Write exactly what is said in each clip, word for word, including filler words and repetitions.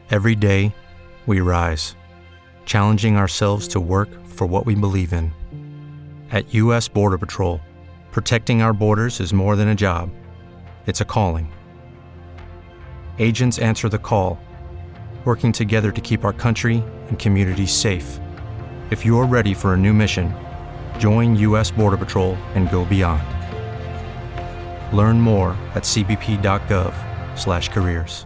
Every day, we rise, challenging ourselves to work for what we believe in. At U S Border Patrol, protecting our borders is more than a job, it's a calling. Agents answer the call, working together to keep our country and communities safe. If you're ready for a new mission, join U S Border Patrol and go beyond. Learn more at c b p dot gov slash careers.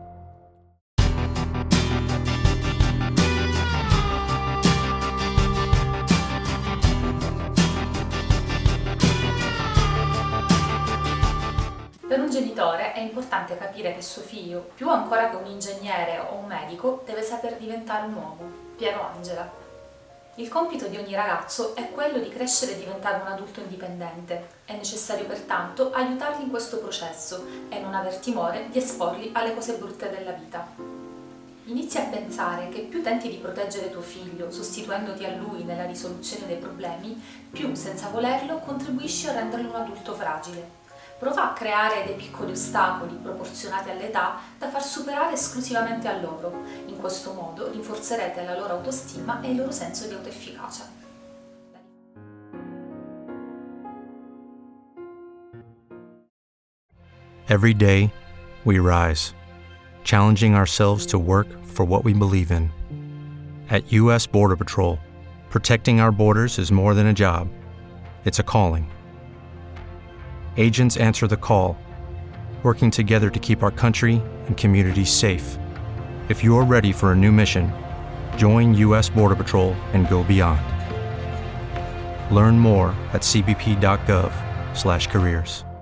Per un genitore è importante capire che suo figlio, più ancora che un ingegnere o un medico, deve saper diventare un uomo. Piero Angela. Il compito di ogni ragazzo è quello di crescere e diventare un adulto indipendente. È necessario pertanto aiutarli in questo processo e non aver timore di esporli alle cose brutte della vita. Inizi a pensare che più tenti di proteggere tuo figlio, sostituendoti a lui nella risoluzione dei problemi, più, senza volerlo, contribuisci a renderlo un adulto fragile. Prova a creare dei piccoli ostacoli proporzionati all'età da far superare esclusivamente a loro. In questo modo rinforzerete la loro autostima e il loro senso di autoefficacia. Every day, we rise, challenging ourselves to work for what we believe in. At U S Border Patrol, protecting our borders is more than a job, it's a calling. Agents answer the call, working together to keep our country and communities safe. If you're ready for a new mission, join U S Border Patrol and go beyond. Learn more at c b p dot gov slash careers.